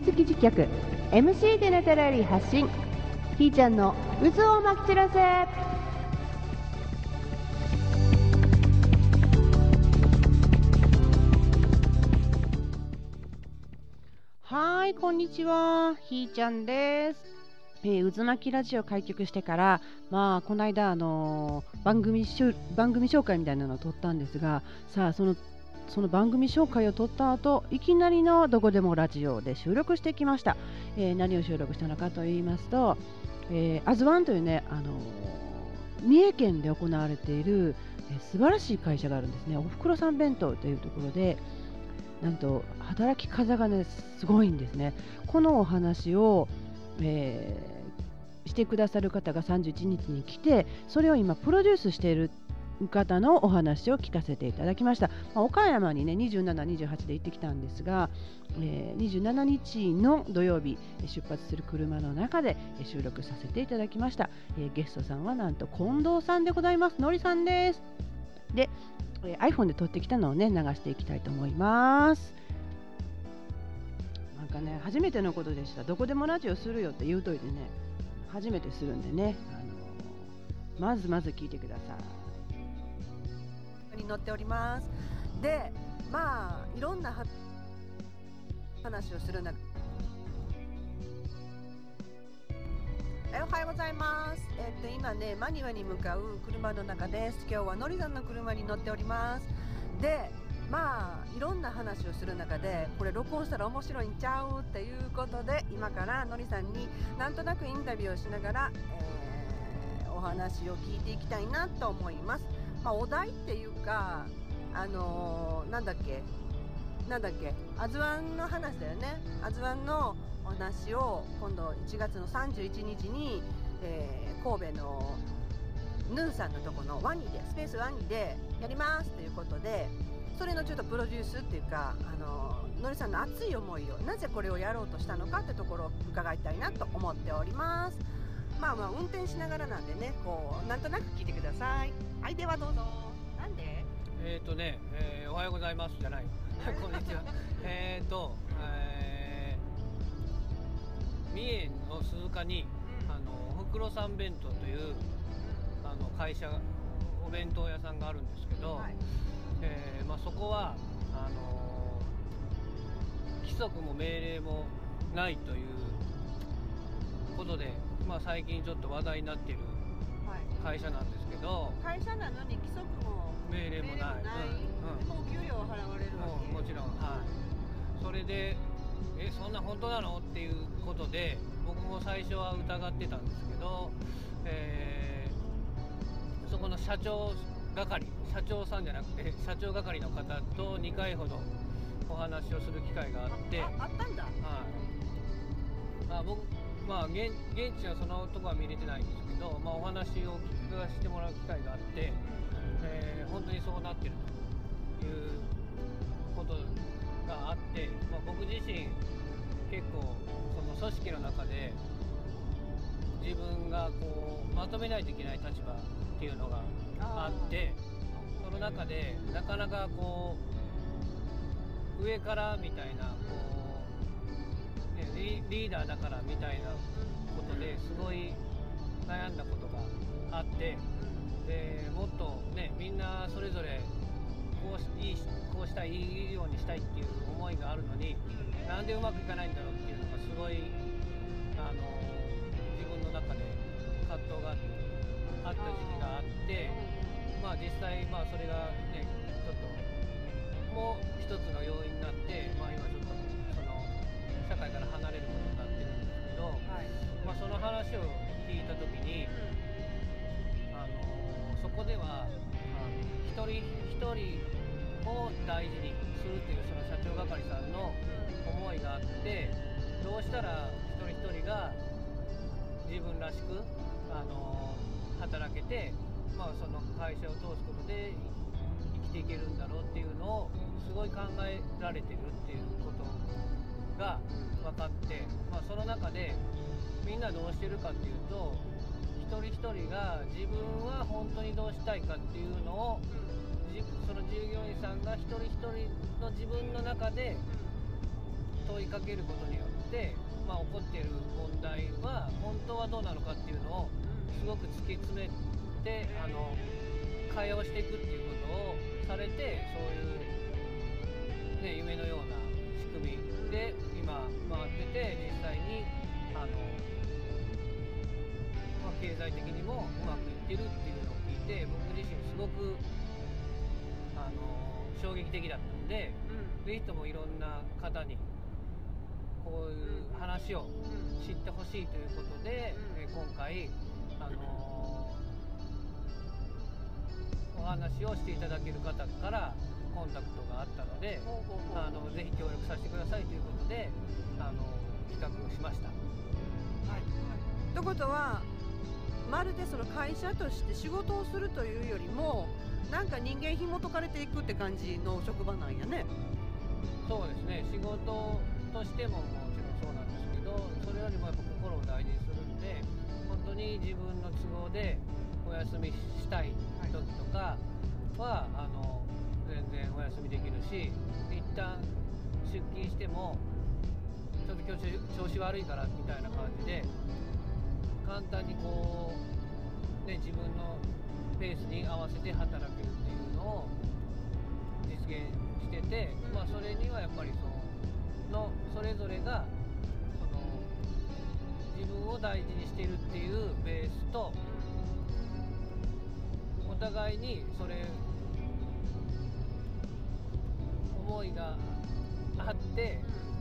月次客 MC でナタラリー発信、ひーちゃんの渦をまき散らせ。はい、こんにちは、ひーちゃんです。渦巻きラジオ開局してから、この間、番組紹介みたいなのを撮ったんですが、さあその番組紹介を撮った後、いきなりのどこでもラジオで収録してきました。何を収録したのかと言いますと、アズワンというね、三重県で行われている、素晴らしい会社があるんですね。おふくろさん弁当というところで、なんと働き方がねすごいんですね。このお話を、してくださる方が31日に来て、それを今プロデュースしている方のお話を聞かせていただきました。岡山にね27、28で行ってきたんですが、27日の土曜日出発する車の中で収録させていただきました。ゲストさんはなんと近藤さんでございます。のりさんです。で、iPhone で撮ってきたのをね流していきたいと思います。なんかね、初めてのことでした。どこでもラジオするよって言うといてね、初めてするんでね、まず聞いてください。 に載っております。で、いろんな話をする中、おはようございます。今ねマニュアに向かう車の中です。今日はのりさんの車に乗っております。で、いろんな話をする中で、これ録音したら面白いんちゃうっていうことで、今からのりさんになんとなくインタビューをしながら、お話を聞いていきたいなと思います。お題っていうか、なんだっけアズワンの話だよね。アズワンのお話を今度1月の31日に、神戸のヌンさんのとこのワニでスペースワニでやりますということで、それのちょっとプロデュースっていうか、のりさんの熱い思いを、なぜこれをやろうとしたのかってところを伺いたいなと思っております。運転しながらなんでね、なんとなく聞いてください。はい、ではどうぞ。なんでおはようございますじゃないこんにちは。三重の鈴鹿に、おふくろさん弁当という会社、お弁当屋さんがあるんですけど、はい、そこは規則も命令もないということで、最近ちょっと話題になっている会社なんですけど、 会社なのに規則も命令もない、 でもお給料は払われるわけ。 もちろん、はい。それでそんな本当なのっていうことで、僕も最初は疑ってたんですけど、そこの社長さんじゃなくて社長係の方と2回ほどお話をする機会があって、 あったんだ。 はい。僕現地はそのとこは見れてないんですけど、お話を聞かせてもらう機会があって、本当にそうなってるということがあって、僕自身結構その組織の中で自分がまとめないといけない立場っていうのがあって、その中でなかなか上からみたいなリーダーだからみたいなことですごい悩んだことがあって、でもっとね、みんなそれぞれこうしたい、いいようにしたいっていう思いがあるのに、なんでうまくいかないんだろうっていうのがすごい自分の中で葛藤があった時期があって、実際それがねちょっともう一つの要因になって、今ちょっとその社会から離れることになってるんですけど、その話を聞いた時に、そこでは一人一人を大事にするというその社長係さんの思いがあって、どうしたら一人一人が自分らしく働けて、その会社を通すことで生きていけるんだろうっていうのをすごい考えられてるっていうことが分かって、その中でみんなどうしてるかっていうと、一人一人が自分は本当にどうしたいかっていうのを、その従業員さんが一人一人の自分の中で問いかけることによっで、起こっている問題は本当はどうなのかっていうのをすごく突き詰めて会話をしていくっていうことをされて、そういう、ね、夢のような仕組みで今回ってて、実際に経済的にもうまくいってるっていうのを聞いて、僕自身すごく衝撃的だったので、ぜひともいろんな方にこういう話を知ってほしいということで、今回お話をしていただける方からコンタクトがあったので、ぜひ協力させてくださいということで企画をしました。 ということは、まるでその会社として仕事をするというよりも、なんか人間紐解かれていくって感じの職場なんやね。 そうですね、仕事としてももちろんそうなんですけど、それよりもやっぱ心を大事にするんで、本当に自分の都合でお休みしたい時とかは、全然お休みできるし、一旦出勤してもちょっと今日調子悪いからみたいな感じで簡単にこう、自分のペースに合わせて働けるっていうのを実現してて、それにはやっぱりそれぞれが自分を大事にしているっていうベースと、お互いにそれ思いがあって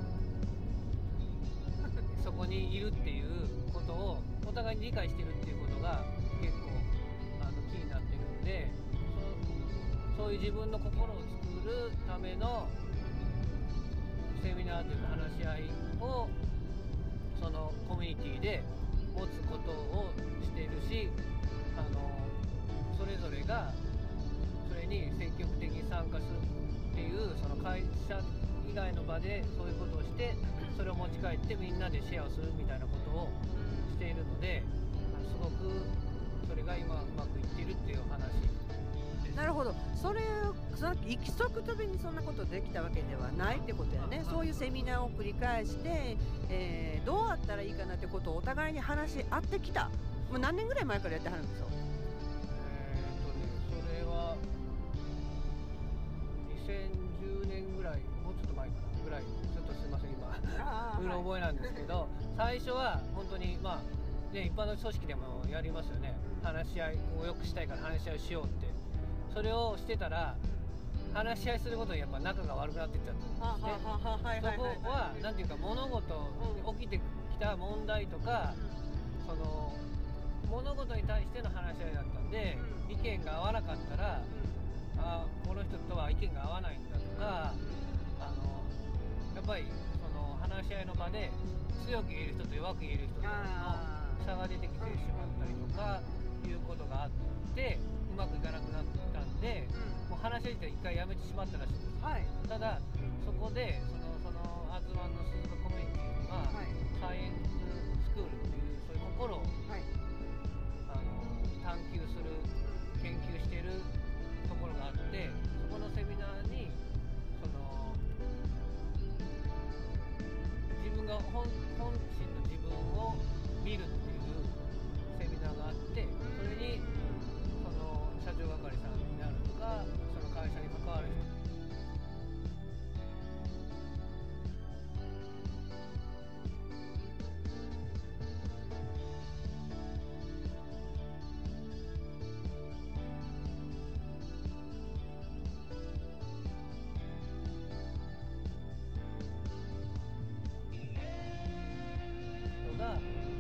そこにいるっていうことをお互いに理解してるっていうことが結構キーになってるんで、そういう自分の心を作るためのセミナーというか話し合いをそのコミュニティで持つことをしているし、それぞれがそれに積極的に参加するっていう、その会社以外の場でそういうことをして、それを持ち帰ってみんなでシェアをするみたいなことをしているので、すごくそれが今うまくいっているっていう話です。 なるほど。その規則飛びにそんなことできたわけではないってことやね。そういうセミナーを繰り返して、どうやったらいいかなってことをお互いに話し合ってきた。もう何年ぐらい前からやってはるんですか？ それは2010年ぐらい、もうちょっと前かなぐらい、ちょっとすいません今うろ覚えなんですけど、最初は本当に一般の組織でもやりますよね。話し合いをよくしたいから話し合いをしようって、それをしてたら話し合いすることにやっぱ仲が悪くなっていっちゃったんですね。そこはなんていうか、物事起きてきた問題とか、その物事に対しての話し合いだったんで、意見が合わなかったら、この人とは意見が合わないんだとか、やっぱりその話し合いの場で強く言える人と弱く言える人との差が出てきてしまったりとかいうことがあって、うまくいかなくなったんで、もう話し合い自体一回やめてしまったらしいんです。ただそこでそのアズワンの鈴鹿コミュニティには、サイエンススクールっていうそういう心を、探求する研究しているところがあって、そこのセミナーに自分が本心の自分を見るっていうセミナーがあって、それにその社長係さんであるとか、その会社に関わる人が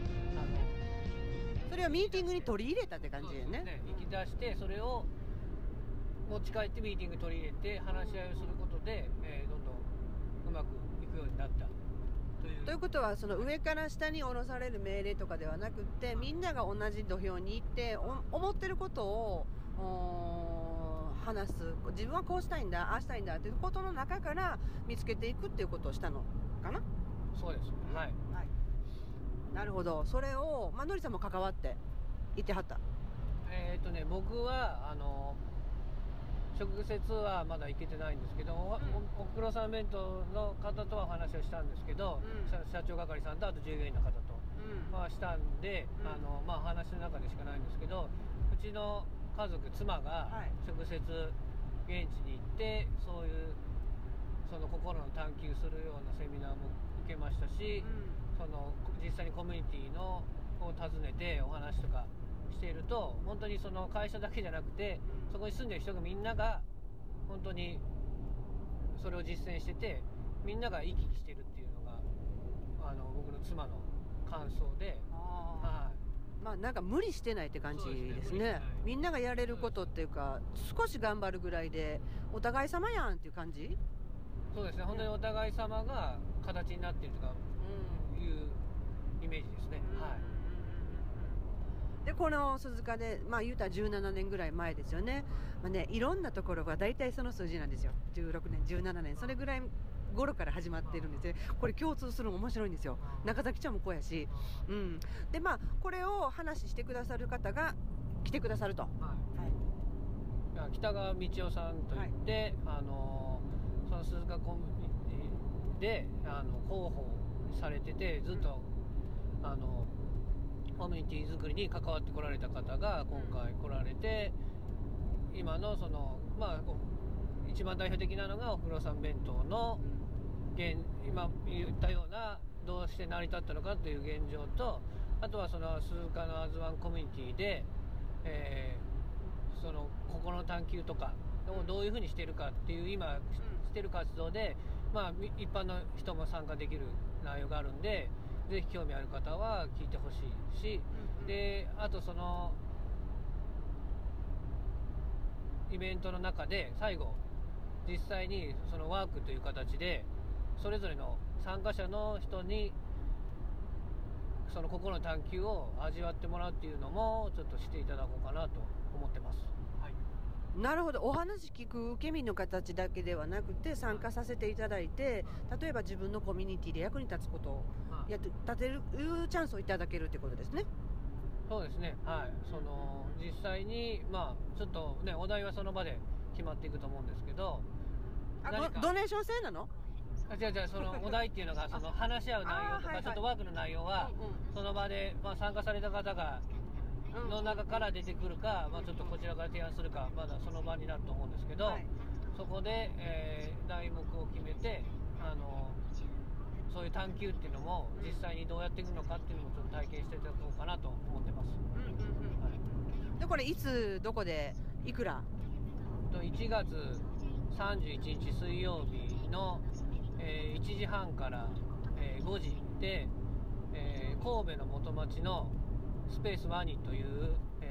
それをミーティングに取り入れたって感じだよね。 引き出して、それを持ち帰ってミーティングに取り入れて話し合いをすることで、どんどんうまくいくようになったということは、その上から下に下ろされる命令とかではなくって、みんなが同じ土俵に行って思ってることを話す。自分はこうしたいんだ、ああしたいんだということの中から見つけていくっていうことをしたのかな。 そうです。はい。 なるほど。それをのりさんも関わっていてはった。 僕は直接はまだ行けてないんですけど、おふくろさん弁当の方とはお話をしたんですけど、社長係さんとあと従業員の方とはしたんで、話の中でしかないんですけど、うちの家族、妻が直接現地に行ってそういうその心の探求するようなセミナーも受けましたし、その実際にコミュニティのを訪ねてお話とかしていると、本当にその会社だけじゃなくてそこに住んでる人がみんなが本当にそれを実践してて、みんなが生き生きしてるっていうのが僕の妻の感想で、 まあなんか無理してないって感じですね。みんながやれることっていうか、少し頑張るぐらいでお互い様やんっていう感じ。 そうですね、本当にお互い様が形になっているとかいうイメージですね。 でこの鈴鹿で言うたら17年ぐらい前ですよね。いろんなところが大体その数字なんですよ。16年17年それぐらい頃から始まってるんですよ。これ共通するの面白いんですよ。中崎ちゃんもこうやし、でこれを話してくださる方が来てくださると、 北川道夫さんといって、その鈴鹿コミュニティで広報されてて、ずっとコミュニティ作りに関わってこられた方が今回来られて、今のその一番代表的なのがおふくろさん弁当の今言ったようなどうして成り立ったのかという現状と、あとはその鈴鹿のアズワンコミュニティで、その心の探求とかをどういうふうにしているかっていう今している活動で、一般の人も参加できる内容があるんで、ぜひ興味ある方は聞いてほしいし、であとそのイベントの中で最後実際にそのワークという形でそれぞれの参加者の人にその心の探求を味わってもらうっていうのもちょっとしていただこうかなと思ってます。 なるほど。お話聞く受け身の形だけではなくて参加させていただいて、例えば自分のコミュニティで役に立つことを立てるチャンスをいただけるってことですね。 そうですね、その実際にちょっとねお題はその場で決まっていくと思うんですけど、 ドネーション制なの？ 違うそのお題っていうのがその話し合う内容とかちょっとワークの内容はその場で参加された方がの中から出てくるか、ちょっとこちらから提案するか、まだその場になると思うんですけど、そこで、題目を決めてそういう探求っていうのも実際にどうやっていくのかっていうのもちょっと体験していただこうかなと思ってます。 でこれいつどこでいくら ？1月31日水曜日の、1時半から、5時で、神戸の元町のスペースワニという、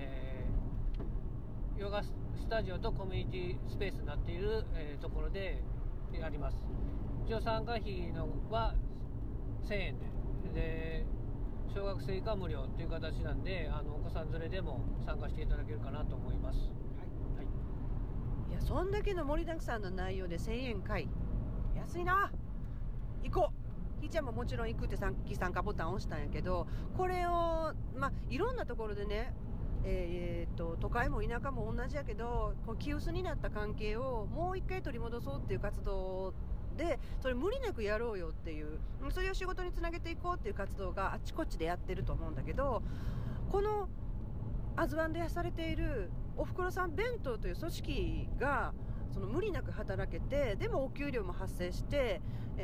ヨガスタジオとコミュニティスペースになっている、ところでやります。一応参加費のは1000円で小学生以下無料という形なんで、お子さん連れでも参加していただけるかなと思います。 いやそんだけの盛りだくさんの内容で1000円かい、安いな。行こう。ひーちゃんももちろん行くってさっき参加ボタン押したんやけど、これをいろんなところでね、都会も田舎も同じやけど、こう気薄になった関係をもう一回取り戻そうっていう活動で、それ無理なくやろうよっていう、それを仕事につなげていこうっていう活動があちこちでやってると思うんだけど、このアズワンでされているおふくろさん弁当という組織がその無理なく働けて、でもお給料も発生して、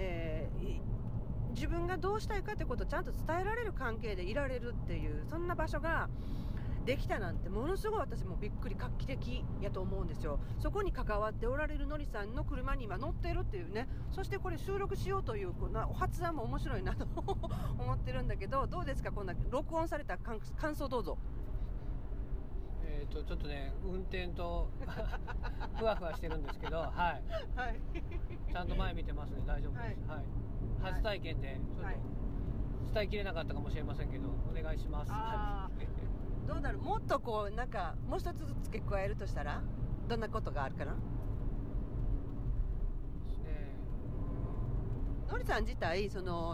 自分がどうしたいかってことをちゃんと伝えられる関係でいられるっていう、そんな場所ができたなんてものすごい私もびっくり画期的やと思うんですよ。そこに関わっておられるのりさんの車に今乗ってるっていうね。そしてこれ収録しようという発案も面白いなと思ってるんだけど、どうですか、こんな録音された感想どうぞ。 ちょっとね運転とふわふわしてるんですけど、ちゃんと前見てますね、大丈夫です。初体験でちょっと伝えきれなかったかもしれませんけど、お願いします。 どうだろう、もっとこうなんかもう一つずつ付け加えるとしたらどんなことがあるかな。のりさん自体その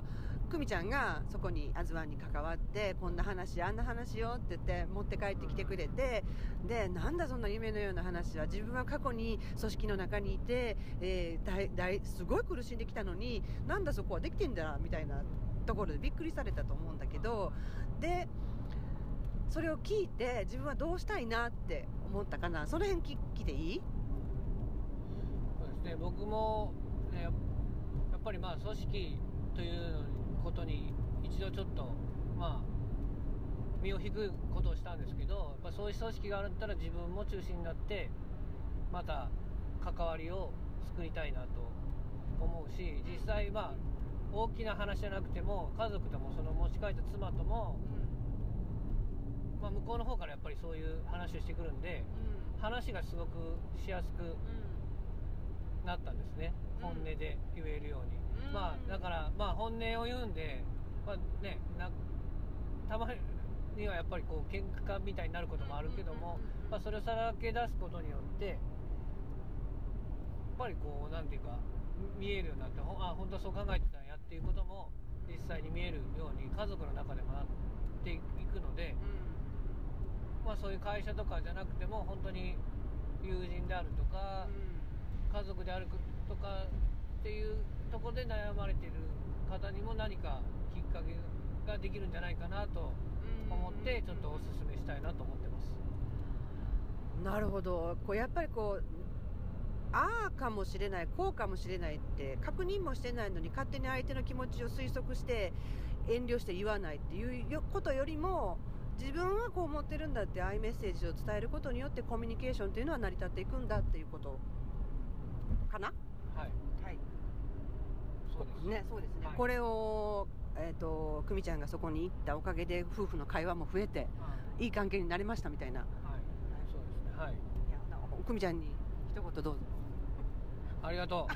久美ちゃんがそこにアズワンに関わって、こんな話あんな話よって言って持って帰ってきてくれて、でなんだそんな夢のような話は、自分は過去に組織の中にいて、すごい苦しんできたのに、なんだそこはできてんだみたいなところでびっくりされたと思うんだけど、でそれを聞いて自分はどうしたいなって思ったかな。その辺聞いていい？ そうですね、僕も、ね、やっぱりまあ組織ということに一度ちょっとまあ身を引くことをしたんですけど、やっぱそういう組織があったら自分も中心になってまた関わりを作りたいなと思うし、実際まあ大きな話じゃなくても家族ともその持ち帰った妻とも、まあ、向こうの方からやっぱりそういう話をしてくるんで、話がすごくしやすくなったんですね、本音で言えるように。まあだからまあ本音を言うんで、まあね、たまにはやっぱりこう喧嘩みたいになることもあるけども、まあ、それをさらけ出すことによってやっぱりこうなんていうか見えるようになって、本当はそう考えてたんやっていうことも実際に見えるように家族の中でもなっていくので、まあそういう会社とかじゃなくても本当に友人であるとか、家族であるとかっていうところで悩まれている方にも何かきっかけができるんじゃないかなと思って、ちょっとおすすめしたいなと思ってます。 なるほど。こうやっぱりこうああかもしれない、こうかもしれないって確認もしてないのに勝手に相手の気持ちを推測して遠慮して言わないっていうことよりも、自分はこう思ってるんだってアイメッセージを伝えることによってコミュニケーションというのは成り立っていくんだっていうことかな。 はい、 はい、 そうですね、そうですね、 はい、 これを久美ちゃんがそこに行ったおかげで夫婦の会話も増えて、いい関係になりましたみたいな。 はい、そうですね。はい。 いや、久美ちゃんに一言どうぞ。 ありがと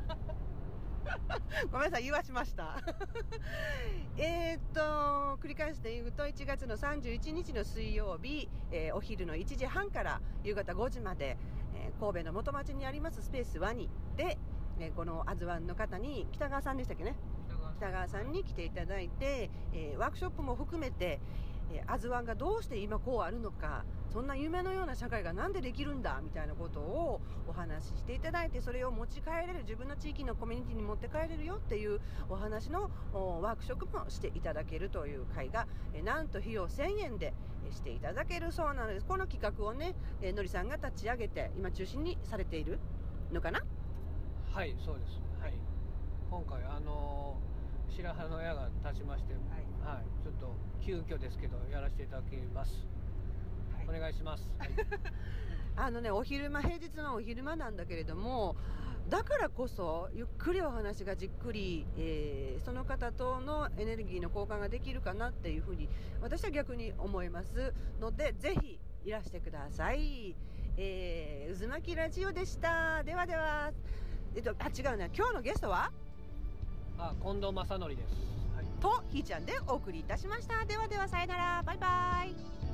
ごめんなさい、言わしました繰り返して言うと、1月の31日の水曜日、お昼の1時半から夕方5時まで、神戸の元町にありますスペースワニで、このアズワンの方に、北川さんでしたっけね、北川さんに来ていただいて、ワークショップも含めて、アズワンがどうして今こうあるのか、そんな夢のような社会がなんでできるんだみたいなことをお話ししていただいて、それを持ち帰れる、自分の地域のコミュニティに持って帰れるよっていうお話のワークショップもしていただけるという会が、なんと費用1000円でしていただけるそうなのです。この企画をね、のりさんが立ち上げて今中心にされているのかな。 はい、そうです。はい。今回白羽の矢が立ちまして、はい、ちょっと急遽ですけどやらせていただきます。はい、お願いします。はい、 お昼間、平日のお昼間なんだけれども、だからこそゆっくりお話がじっくり、その方とのエネルギーの交換ができるかなっていうふうに私は逆に思いますので、ぜひいらしてください。渦巻きラジオでした。ではでは、違うね、今日のゲストは近藤正則です。はい、 とひーちゃんでお送りいたしました。ではでは、さよなら、バイバイ。